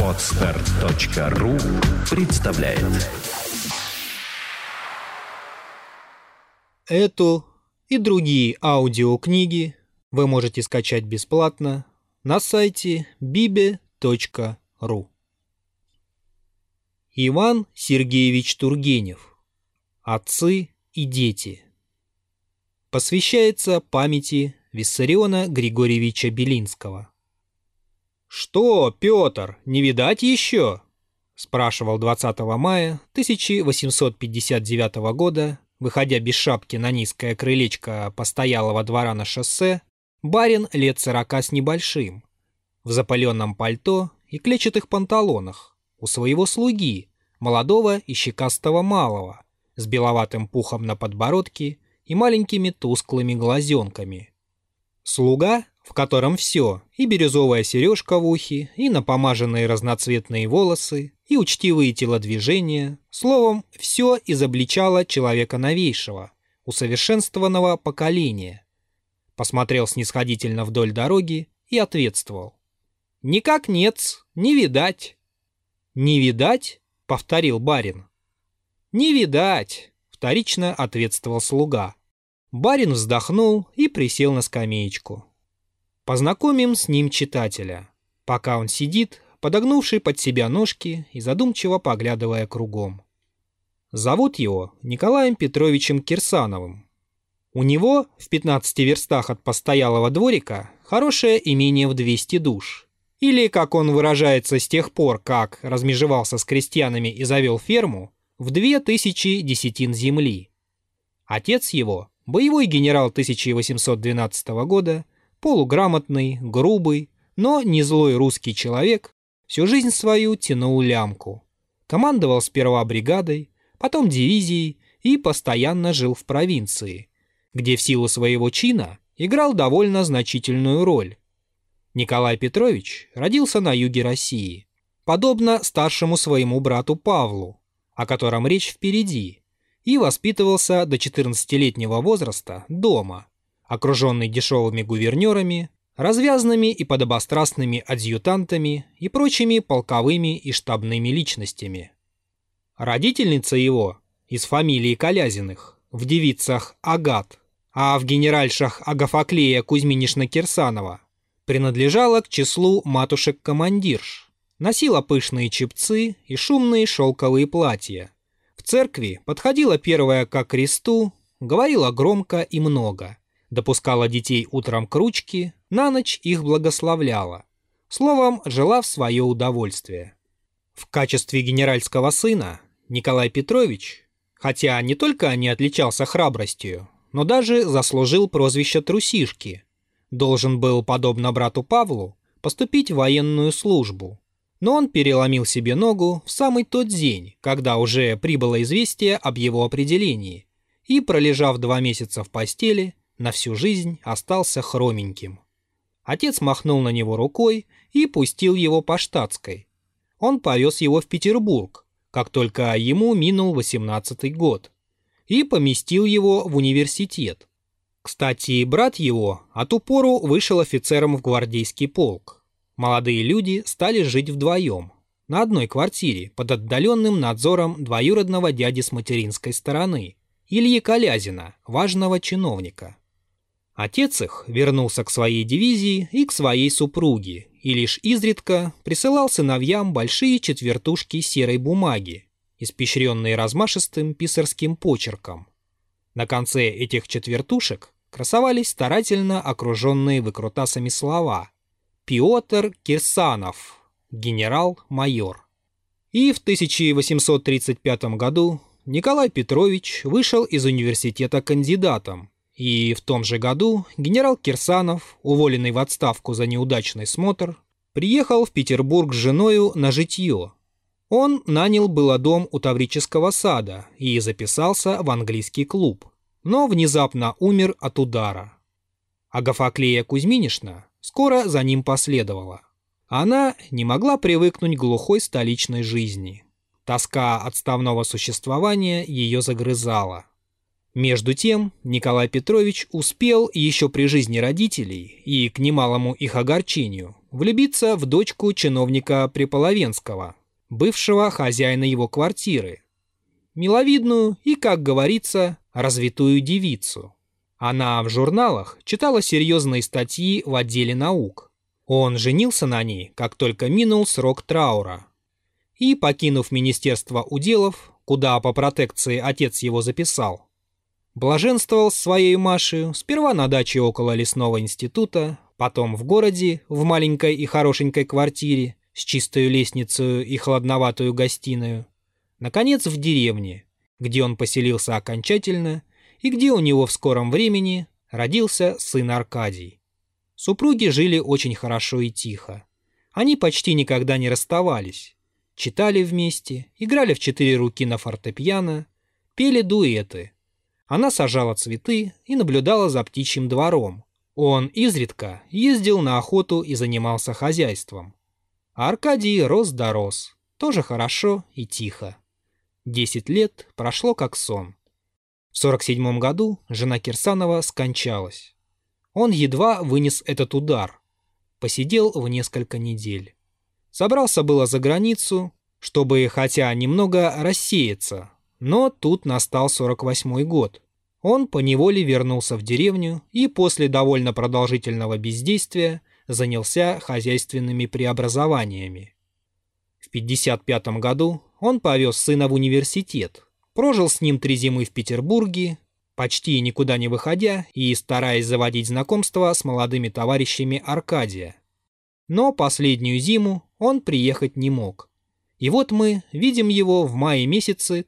Podster.ru представляет. Эту и другие аудиокниги вы можете скачать бесплатно на сайте bibe.ru. Иван Сергеевич Тургенев. Отцы и дети. Посвящается памяти Виссариона Григорьевича Белинского. «Что, Петр, не видать еще?» — спрашивал 20 мая 1859 года, выходя без шапки на низкое крылечко постоялого двора на шоссе, барин лет 40 с небольшим, в запаленном пальто и клетчатых панталонах, у своего слуги, молодого и щекастого малого, с беловатым пухом на подбородке и маленькими тусклыми глазенками. Слуга, в котором все, и бирюзовая сережка в ухе, и напомаженные разноцветные волосы, и учтивые телодвижения, словом, все изобличало человека новейшего, усовершенствованного поколения. Посмотрел снисходительно вдоль дороги и ответствовал: «Никак нет, не видать». «Не видать?» — повторил барин. «Не видать», — вторично ответствовал слуга. Барин вздохнул и присел на скамеечку. Познакомим с ним читателя, пока он сидит, подогнувший под себя ножки и задумчиво поглядывая кругом. Зовут его Николаем Петровичем Кирсановым. У него в 15 верстах от постоялого дворика хорошее имение в 200 душ. Или, как он выражается с тех пор, как размежевался с крестьянами и завел ферму, в 2000 десятин земли. Отец его, боевой генерал 1812 года, полуграмотный, грубый, но не злой русский человек, всю жизнь свою тянул лямку. Командовал сперва бригадой, потом дивизией и постоянно жил в провинции, где в силу своего чина играл довольно значительную роль. Николай Петрович родился на юге России, подобно старшему своему брату Павлу, о котором речь впереди, и воспитывался до 14-летнего возраста дома, окруженный дешевыми гувернерами, развязными и подобострастными адъютантами и прочими полковыми и штабными личностями. Родительница его, из фамилии Колязиных, в девицах Агат, а в генеральшах Агафоклея Кузьминишна-Кирсанова, принадлежала к числу матушек-командирш, носила пышные чепцы и шумные шелковые платья. В церкви подходила первая ко кресту, говорила громко и много, допускала детей утром к ручке, на ночь их благословляла. Словом, жила в свое удовольствие. В качестве генеральского сына Николай Петрович, хотя не только не отличался храбростью, но даже заслужил прозвище трусишки, должен был, подобно брату Павлу, поступить в военную службу. Но он переломил себе ногу в самый тот день, когда уже прибыло известие об его определении, и, пролежав 2 месяца в постели, на всю жизнь остался хроменьким. Отец махнул на него рукой и пустил его по штатской. Он повез его в Петербург, как только ему минул 18-й год, и поместил его в университет. Кстати, брат его от упору вышел офицером в гвардейский полк. Молодые люди стали жить вдвоем, на одной квартире, под отдаленным надзором двоюродного дяди с материнской стороны, Ильи Колязина, важного чиновника. Отец их вернулся к своей дивизии и к своей супруге, и лишь изредка присылал сыновьям большие четвертушки серой бумаги, испещренные размашистым писарским почерком. На конце этих четвертушек красовались старательно окруженные выкрутасами слова «Петр Кирсанов, генерал-майор». И в 1835 году Николай Петрович вышел из университета кандидатом, и в том же году генерал Кирсанов, уволенный в отставку за неудачный смотр, приехал в Петербург с женою на житье. Он нанял было дом у Таврического сада и записался в английский клуб, но внезапно умер от удара. Агафоклея Кузьминишна скоро за ним последовала. Она не могла привыкнуть к глухой столичной жизни. Тоска отставного существования ее загрызала. Между тем Николай Петрович успел еще при жизни родителей и, к немалому их огорчению, влюбиться в дочку чиновника Преполовенского, бывшего хозяина его квартиры, миловидную и, как говорится, развитую девицу. Она в журналах читала серьезные статьи в отделе наук. Он женился на ней, как только минул срок траура. И, покинув Министерство уделов, куда по протекции отец его записал, блаженствовал с своей Машей сперва на даче около лесного института, потом в городе, в маленькой и хорошенькой квартире, с чистой лестницей и холодноватую гостиную, наконец в деревне, где он поселился окончательно и где у него в скором времени родился сын Аркадий. Супруги жили очень хорошо и тихо. Они почти никогда не расставались. Читали вместе, играли в 4 руки на фортепиано, пели дуэты. Она сажала цветы и наблюдала за птичьим двором. Он изредка ездил на охоту и занимался хозяйством. А Аркадий рос да рос, тоже хорошо и тихо. 10 лет прошло как сон. В 47 году жена Кирсанова скончалась. Он едва вынес этот удар. Посидел в несколько недель. Собрался было за границу, чтобы хотя немного рассеяться, но тут настал 48-й год. Он поневоле вернулся в деревню и после довольно продолжительного бездействия занялся хозяйственными преобразованиями. В 55 году он повез сына в университет, прожил с ним 3 зимы в Петербурге, почти никуда не выходя и стараясь заводить знакомства с молодыми товарищами Аркадия. Но последнюю зиму он приехать не мог. И вот мы видим его в мае месяце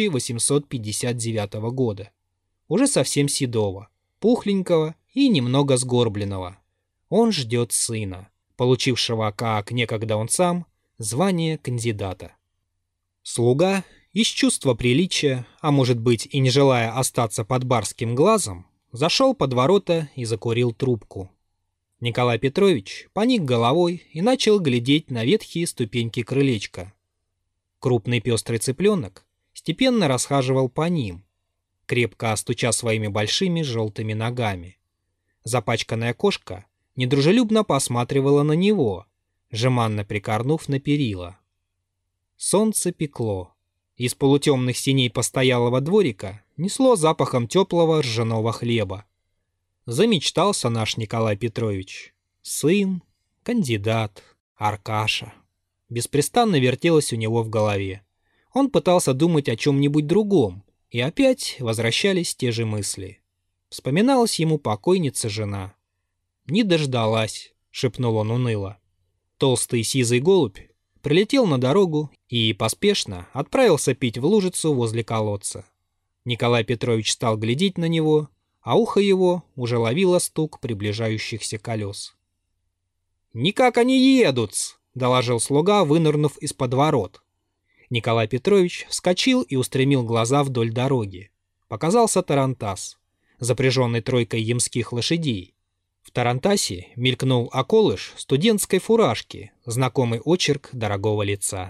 1859 года. Уже совсем седого, пухленького и немного сгорбленного. Он ждет сына, получившего, как некогда он сам, звание кандидата. Слуга, из чувства приличия, а может быть и не желая остаться под барским глазом, зашел под ворота и закурил трубку. Николай Петрович поник головой и начал глядеть на ветхие ступеньки крылечка. Крупный пестрый цыпленок степенно расхаживал по ним, крепко стуча своими большими желтыми ногами. Запачканная кошка недружелюбно посматривала на него, жеманно прикорнув на перила. Солнце пекло. Из полутемных синей постоялого дворика несло запахом теплого ржаного хлеба. Замечтался наш Николай Петрович. Сын, кандидат, Аркаша. Беспрестанно вертелось у него в голове. Он пытался думать о чем-нибудь другом, и опять возвращались те же мысли. Вспоминалась ему покойница-жена. «Не дождалась», — шепнул он уныло. Толстый сизый голубь прилетел на дорогу и поспешно отправился пить в лужицу возле колодца. Николай Петрович стал глядеть на него, а ухо его уже ловило стук приближающихся колес. «Никак они едут!» — доложил слуга, вынырнув из-под ворот. Николай Петрович вскочил и устремил глаза вдоль дороги. Показался тарантас, запряженный 3 ямских лошадей. В тарантасе мелькнул околыш студентской фуражки, знакомый очерк дорогого лица.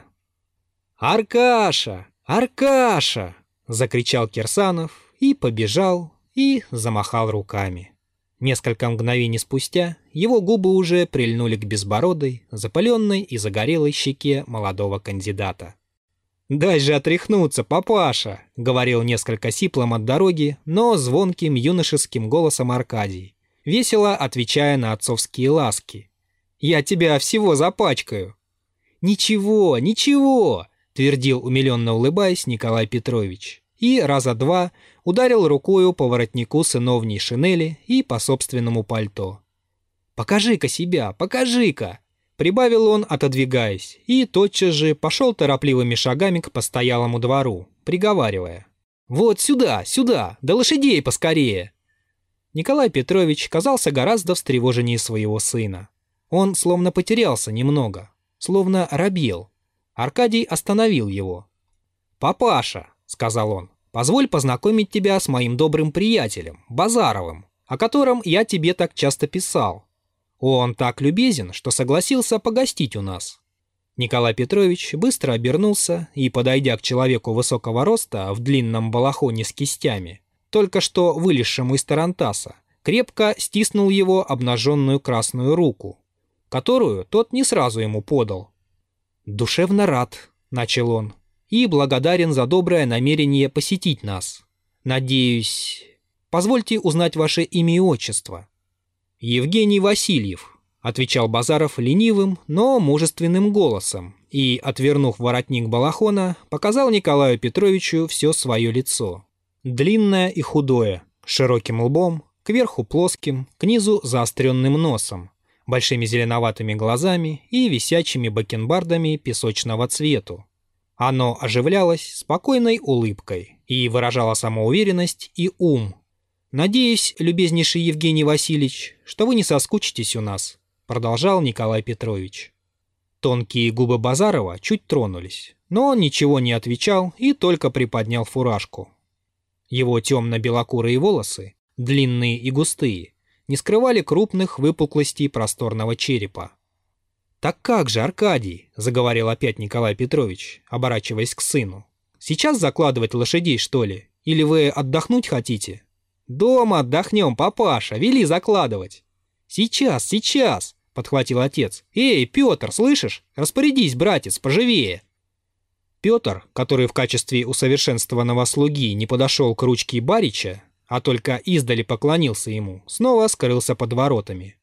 «Аркаша! Аркаша!» — закричал Кирсанов и побежал, и замахал руками. Несколько мгновений спустя его губы уже прильнули к безбородой, запаленной и загорелой щеке молодого кандидата. «Дай же отряхнуться, папаша!» — говорил несколько сиплым от дороги, но звонким юношеским голосом Аркадий, весело отвечая на отцовские ласки. «Я тебя всего запачкаю». «Ничего, ничего!» — твердил умиленно улыбаясь Николай Петрович. И раза 2 ударил рукою по воротнику сыновней шинели и по собственному пальто. «Покажи-ка себя, покажи-ка!» — прибавил он, отодвигаясь, и тотчас же пошел торопливыми шагами к постоялому двору, приговаривая: «Вот сюда, сюда, да лошадей поскорее!» Николай Петрович казался гораздо встревоженнее своего сына. Он словно потерялся немного, словно робел. Аркадий остановил его. «Папаша», — сказал он, — «позволь познакомить тебя с моим добрым приятелем, Базаровым, о котором я тебе так часто писал. Он так любезен, что согласился погостить у нас». Николай Петрович быстро обернулся и, подойдя к человеку высокого роста в длинном балахоне с кистями, только что вылезшему из тарантаса, крепко стиснул его обнаженную красную руку. которую тот не сразу ему подал. «Душевно рад», — начал он, — «и благодарен за доброе намерение посетить нас. Надеюсь... Позвольте узнать ваше имя и отчество». «Евгений Васильев», — отвечал Базаров ленивым, но мужественным голосом и, отвернув воротник балахона, показал Николаю Петровичу все свое лицо. Длинное и худое, с широким лбом, кверху плоским, к низу заостренным носом, большими зеленоватыми глазами и висячими бакенбардами песочного цвету. Оно оживлялось спокойной улыбкой и выражало самоуверенность и ум. «Надеюсь, любезнейший Евгений Васильевич, что вы не соскучитесь у нас», продолжал Николай Петрович. Тонкие губы Базарова чуть тронулись, но он ничего не отвечал и только приподнял фуражку. Его темно-белокурые волосы, длинные и густые, не скрывали крупных выпуклостей просторного черепа. «Так как же, Аркадий?» — заговорил опять Николай Петрович, оборачиваясь к сыну. «Сейчас закладывать лошадей, что ли? Или вы отдохнуть хотите?» «Дома отдохнем, папаша, вели закладывать». «Сейчас, сейчас», — подхватил отец. «Эй, Петр, слышишь? Распорядись, братец, поживее». Петр, который в качестве усовершенствованного слуги не подошел к ручке барича, а только издали поклонился ему, снова скрылся под воротами.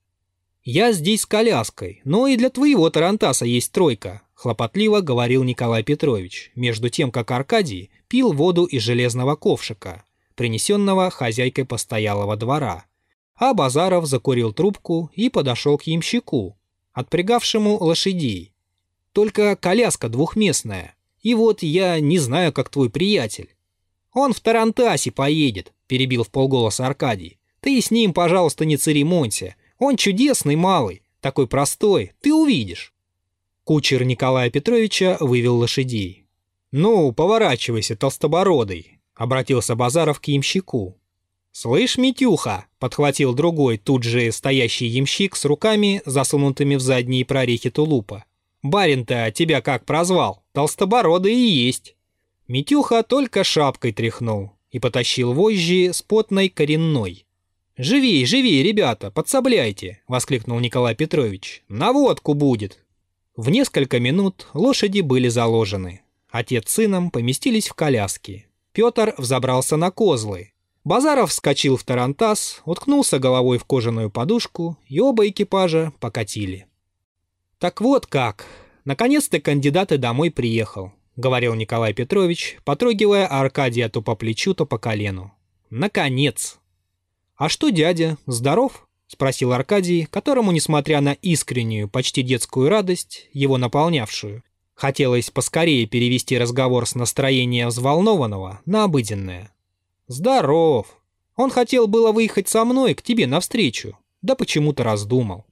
«Я здесь с коляской, но и для твоего тарантаса есть тройка», — хлопотливо говорил Николай Петрович, между тем, как Аркадий пил воду из железного ковшика, принесенного хозяйкой постоялого двора, а Базаров закурил трубку и подошел к ямщику, отпрягавшему лошадей. «Только коляска двухместная, и вот я не знаю, как твой приятель». «Он в тарантасе поедет», — перебил вполголоса Аркадий. «Ты с ним, пожалуйста, не церемонься. Он чудесный малый, такой простой, ты увидишь». Кучер Николая Петровича вывел лошадей. «Ну, поворачивайся, толстобородый», — обратился Базаров к ямщику. «Слышь, Митюха», — подхватил другой, тут же стоящий ямщик с руками, засунутыми в задние прорехи тулупа. «Барин-то тебя как прозвал? Толстобородый и есть». Митюха только шапкой тряхнул и потащил вожжи с потной коренной. «Живей, живей, ребята, подсобляйте!» — воскликнул Николай Петрович. «На водку будет!» В несколько минут лошади были заложены. Отец с сыном поместились в коляске. Петр взобрался на козлы. Базаров вскочил в тарантас, уткнулся головой в кожаную подушку, и оба экипажа покатили. «Так вот как! Наконец-то кандидат и домой приехал», — говорил Николай Петрович, потрогивая Аркадия то по плечу, то по колену. «Наконец!» «А что дядя, здоров?» — спросил Аркадий, которому, несмотря на искреннюю, почти детскую радость, его наполнявшую, хотелось поскорее перевести разговор с настроения взволнованного на обыденное. «Здоров! Он хотел было выехать со мной к тебе навстречу, да почему-то раздумал».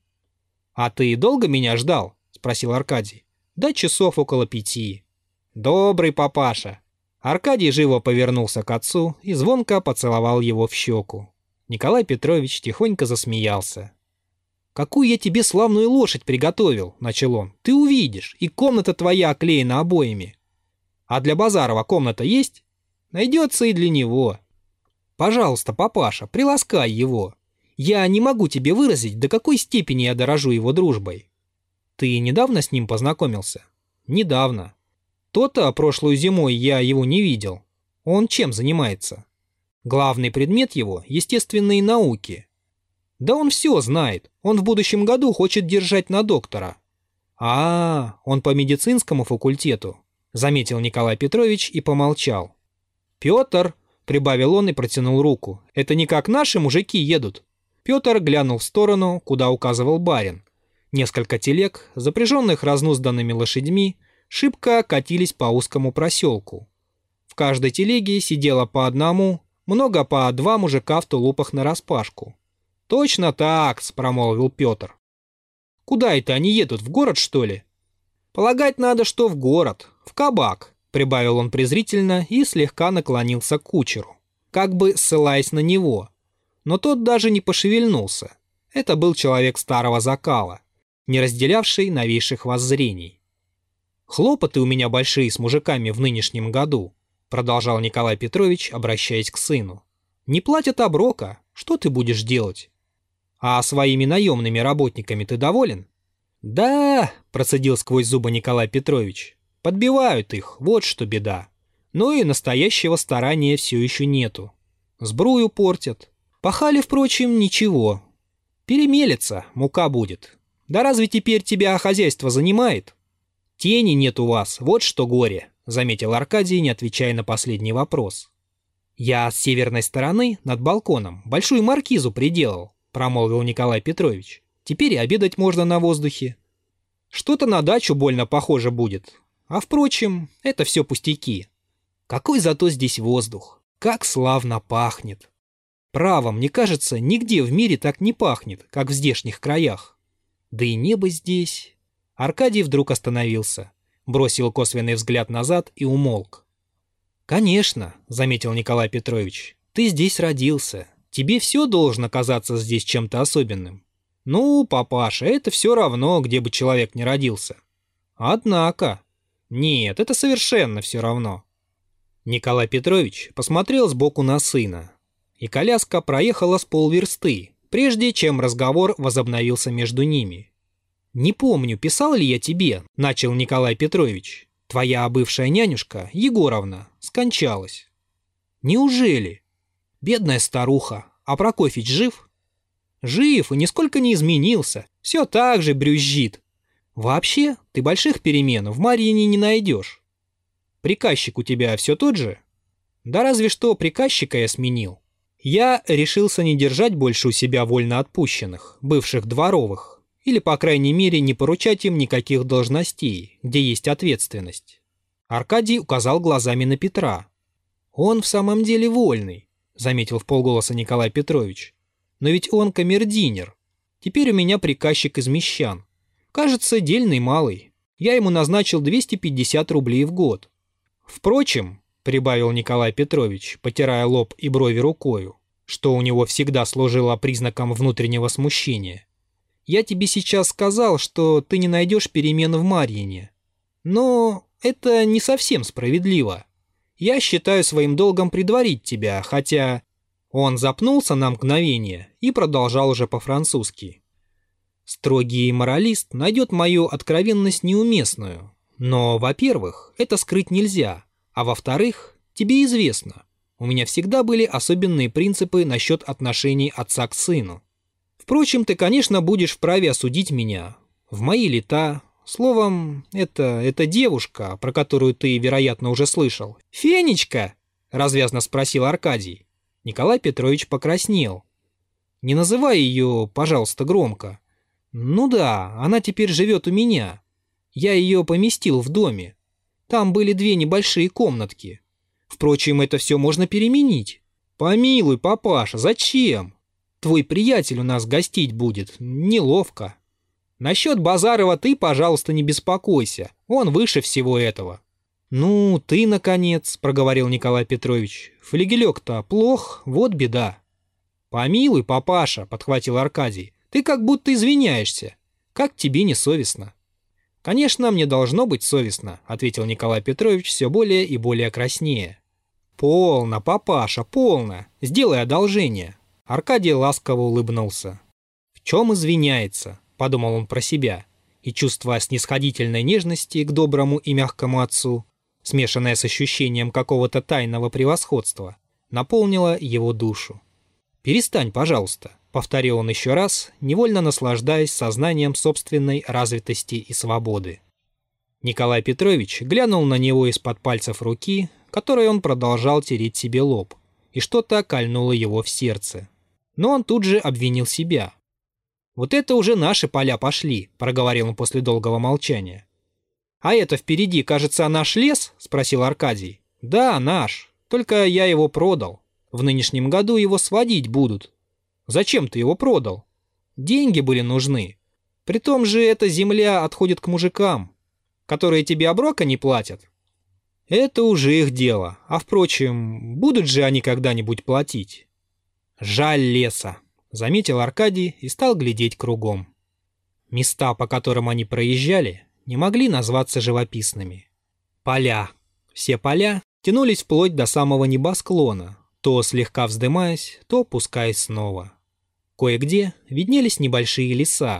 «А ты долго меня ждал?» — спросил Аркадий. «Да часов около 5. «Добрый папаша». Аркадий живо повернулся к отцу и звонко поцеловал его в щеку. Николай Петрович тихонько засмеялся. «Какую я тебе славную лошадь приготовил», — начал он. «Ты увидишь, и комната твоя оклеена обоями». «А для Базарова комната есть?» «Найдется и для него». «Пожалуйста, папаша, приласкай его. Я не могу тебе выразить, до какой степени я дорожу его дружбой». «Ты недавно с ним познакомился?» «Недавно. То-то прошлую зимой я его не видел. Он чем занимается?» «Главный предмет его — естественные науки». «Да он все знает. Он в будущем году хочет держать на доктора». Он по медицинскому факультету», — заметил Николай Петрович и помолчал. «Петр», — прибавил он и протянул руку, — «это не как наши мужики едут». Петр глянул в сторону, куда указывал барин. Несколько телег, запряженных разнузданными лошадьми, шибко катились по узкому проселку. В каждой телеге сидело по одному, много по 2 мужика в тулупах нараспашку. «Точно так», — промолвил Петр. «Куда это они едут, в город, что ли?» «Полагать надо, что в город, в кабак», — прибавил он презрительно и слегка наклонился к кучеру, как бы ссылаясь на него. Но тот даже не пошевельнулся. Это был человек старого закала, не разделявший новейших воззрений. «Хлопоты у меня большие с мужиками в нынешнем году», — продолжал Николай Петрович, обращаясь к сыну. «Не платят оброка, что ты будешь делать? А своими наемными работниками ты доволен?» «Да», — процедил сквозь зубы Николай Петрович, — «подбивают их, вот что беда. Но и настоящего старания все еще нету. Сбрую портят. Пахали, впрочем, ничего. Перемелется, мука будет. Да разве теперь тебя хозяйство занимает?» «Тени нет у вас, вот что горе», — заметил Аркадий, не отвечая на последний вопрос. «Я с северной стороны, над балконом, большую маркизу приделал», — промолвил Николай Петрович. «Теперь и обедать можно на воздухе. Что-то на дачу больно похоже будет. А впрочем, это все пустяки. Какой зато здесь воздух, как славно пахнет. Право, мне кажется, нигде в мире так не пахнет, как в здешних краях. Да и небо здесь...» Аркадий вдруг остановился, бросил косвенный взгляд назад и умолк. «Конечно», — заметил Николай Петрович, — «ты здесь родился. Тебе все должно казаться здесь чем-то особенным. Ну, папаша, это все равно, где бы человек ни родился. Однако... Нет, это совершенно все равно». Николай Петрович посмотрел сбоку на сына, и коляска проехала с полверсты, прежде чем разговор возобновился между ними. «Не помню, писал ли я тебе», — начал Николай Петрович. «Твоя бывшая нянюшка, Егоровна, скончалась». «Неужели? Бедная старуха. А Прокофьич жив?» «Жив и нисколько не изменился. Все так же брюзжит. Вообще, ты больших перемен в Марьине не найдешь. Приказчик у тебя все тот же?» «Да разве что приказчика я сменил. Я решился не держать больше у себя вольноотпущенных, бывших дворовых, или, по крайней мере, не поручать им никаких должностей, где есть ответственность». Аркадий указал глазами на Петра. «Он в самом деле вольный», — заметил вполголоса Николай Петрович. «Но ведь он камердинер. Теперь у меня приказчик из мещан. Кажется, дельный малый. Я ему назначил 250 рублей в год. Впрочем, — прибавил Николай Петрович, потирая лоб и брови рукою, что у него всегда служило признаком внутреннего смущения, — я тебе сейчас сказал, что ты не найдешь перемен в Марьине. Но это не совсем справедливо. Я считаю своим долгом предварить тебя, хотя...» Он запнулся на мгновение и продолжал уже по-французски. «Строгий моралист найдет мою откровенность неуместную. Но, во-первых, это скрыть нельзя, а во-вторых, тебе известно, у меня всегда были особенные принципы насчет отношений отца к сыну. Впрочем, ты, конечно, будешь вправе осудить меня. В мои лета, словом, это девушка, про которую ты, вероятно, уже слышал». «Фенечка?» — развязно спросил Аркадий. Николай Петрович покраснел. «Не называй ее, пожалуйста, громко. Ну да, она теперь живет у меня. Я ее поместил в доме. Там были 2 небольшие комнатки. Впрочем, это все можно переменить». «Помилуй, папаша, зачем? Твой приятель у нас гостить будет, неловко. Насчет Базарова ты, пожалуйста, не беспокойся, он выше всего этого». «Ну, ты, наконец», — проговорил Николай Петрович, — «флигелек-то плох, вот беда». «Помилуй, папаша», — подхватил Аркадий, — «ты как будто извиняешься. Как тебе не совестно?» «Конечно, мне должно быть совестно», — ответил Николай Петрович все более и более краснее. «Полно, папаша, полно. Сделай одолжение». Аркадий ласково улыбнулся. «В чем извиняется?» — подумал он про себя, и, чувствуя снисходительной нежности к доброму и мягкому отцу, смешанное с ощущением какого-то тайного превосходства, наполнило его душу. «Перестань, пожалуйста», — повторил он еще раз, невольно наслаждаясь сознанием собственной развитости и свободы. Николай Петрович глянул на него из-под пальцев руки, которой он продолжал тереть себе лоб, и что-то кольнуло его в сердце. Но он тут же обвинил себя. «Вот это уже наши поля пошли», — проговорил он после долгого молчания. «А это впереди, кажется, наш лес?» — спросил Аркадий. «Да, наш. Только я его продал. В нынешнем году его сводить будут». «Зачем ты его продал?» «Деньги были нужны. Притом же эта земля отходит к мужикам, которые тебе оброка не платят». «Это уже их дело. А впрочем, будут же они когда-нибудь платить». «Жаль леса», — заметил Аркадий и стал глядеть кругом. Места, по которым они проезжали, не могли назваться живописными. Поля. Все поля тянулись вплоть до самого небосклона, то слегка вздымаясь, то опускаясь снова. Кое-где виднелись небольшие леса,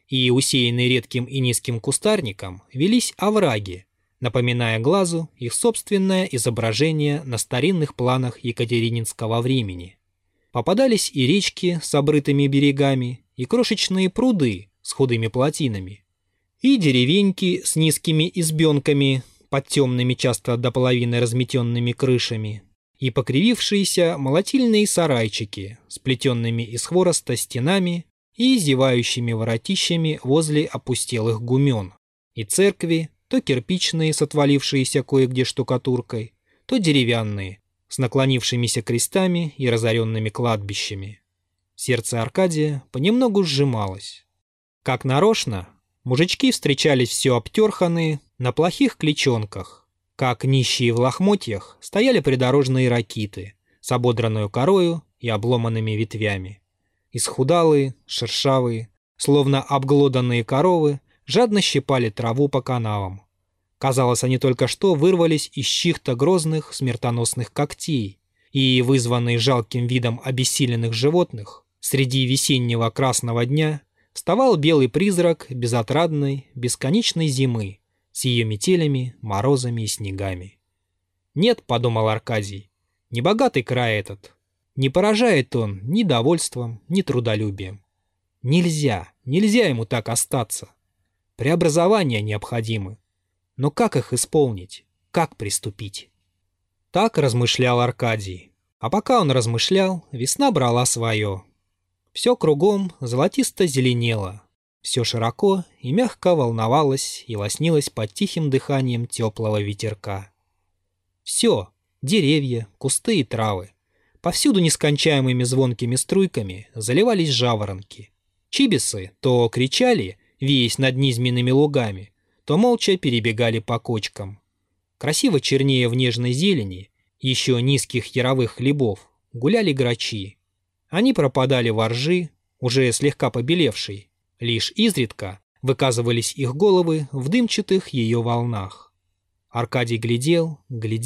и усеянные редким и низким кустарником велись овраги, напоминая глазу их собственное изображение на старинных планах екатерининского времени. Попадались и речки с обрытыми берегами, и крошечные пруды с худыми плотинами, и деревеньки с низкими избенками под темными, часто до половины разметенными крышами, и покривившиеся молотильные сарайчики с плетенными из хвороста стенами и зевающими воротищами возле опустелых гумен, и церкви, то кирпичные с отвалившейся кое-где штукатуркой, то деревянные, с наклонившимися крестами и разоренными кладбищами. Сердце Аркадия понемногу сжималось. Как нарочно, мужички встречались все обтерханные, на плохих клячонках. Как нищие в лохмотьях стояли придорожные ракиты с ободранную корою и обломанными ветвями. Исхудалые, шершавые, словно обглоданные коровы, жадно щипали траву по канавам. Казалось, они только что вырвались из чьих-то грозных смертоносных когтей, и, вызванные жалким видом обессиленных животных, среди весеннего красного дня вставал белый призрак безотрадной, бесконечной зимы с ее метелями, морозами и снегами. «Нет», — подумал Аркадий, — «небогатый край этот. Не поражает он ни довольством, ни трудолюбием. Нельзя ему так остаться. Преобразования необходимы. Но как их исполнить? Как приступить?» Так размышлял Аркадий. А пока он размышлял, весна брала свое. Все кругом золотисто зеленело. Все широко и мягко волновалось и лоснилось под тихим дыханием теплого ветерка. Все — деревья, кусты и травы. Повсюду нескончаемыми звонкими струйками заливались жаворонки. Чибисы то кричали, веясь над низменными лугами, то молча перебегали по кочкам. Красиво чернее в нежной зелени, еще низких яровых хлебов, гуляли грачи. Они пропадали во ржи, уже слегка побелевшей. Лишь изредка выказывались их головы в дымчатых ее волнах. Аркадий глядел,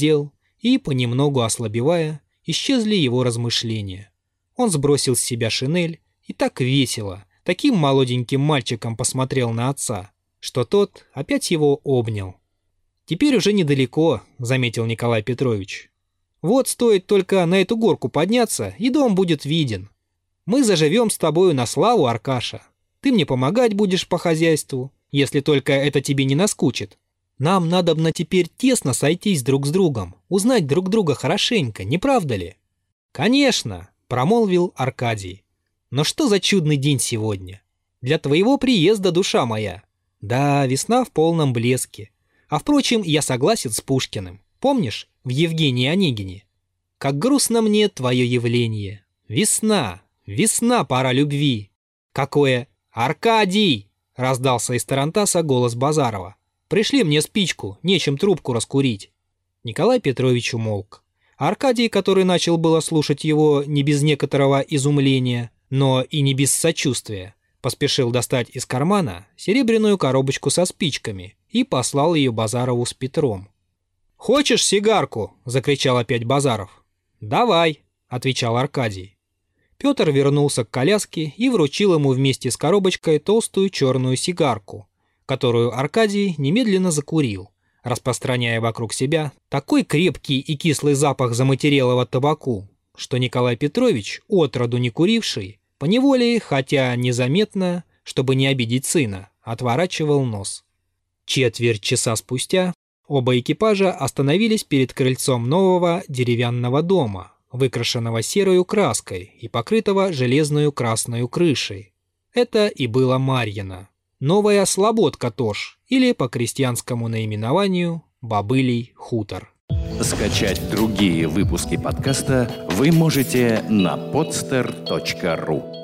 и, понемногу ослабевая, исчезли его размышления. Он сбросил с себя шинель и так весело, таким молоденьким мальчиком посмотрел на отца, что тот опять его обнял. «Теперь уже недалеко», — заметил Николай Петрович. «Вот стоит только на эту горку подняться, и дом будет виден. Мы заживем с тобою на славу, Аркаша. Ты мне помогать будешь по хозяйству, если только это тебе не наскучит. Нам надобно теперь тесно сойтись друг с другом, узнать друг друга хорошенько, не правда ли?» «Конечно», — промолвил Аркадий. «Но что за чудный день сегодня? Для твоего приезда, душа моя. Да, весна в полном блеске. А впрочем, я согласен с Пушкиным. Помнишь, в Евгении Онегине? Как грустно мне твое явление. Весна, весна, пора любви. Какое... Аркадий!» — раздался из тарантаса голос Базарова. «Пришли мне спичку, нечем трубку раскурить». Николай Петрович умолк. Аркадий, который начал было слушать его не без некоторого изумления, но и не без сочувствия, поспешил достать из кармана серебряную коробочку со спичками и послал ее Базарову с Петром. «Хочешь сигарку?» — закричал опять Базаров. «Давай», — отвечал Аркадий. Петр вернулся к коляске и вручил ему вместе с коробочкой толстую черную сигарку, которую Аркадий немедленно закурил, распространяя вокруг себя такой крепкий и кислый запах заматерелого табаку, что Николай Петрович, отроду не куривший, поневоле, хотя незаметно, чтобы не обидеть сына, отворачивал нос. Четверть часа спустя оба экипажа остановились перед крыльцом нового деревянного дома, выкрашенного серою краской и покрытого железную красную крышей. Это и было Марьино, новая слободка тоже, или по крестьянскому наименованию Бобылий хутор. Скачать другие выпуски подкаста вы можете на podster.ru.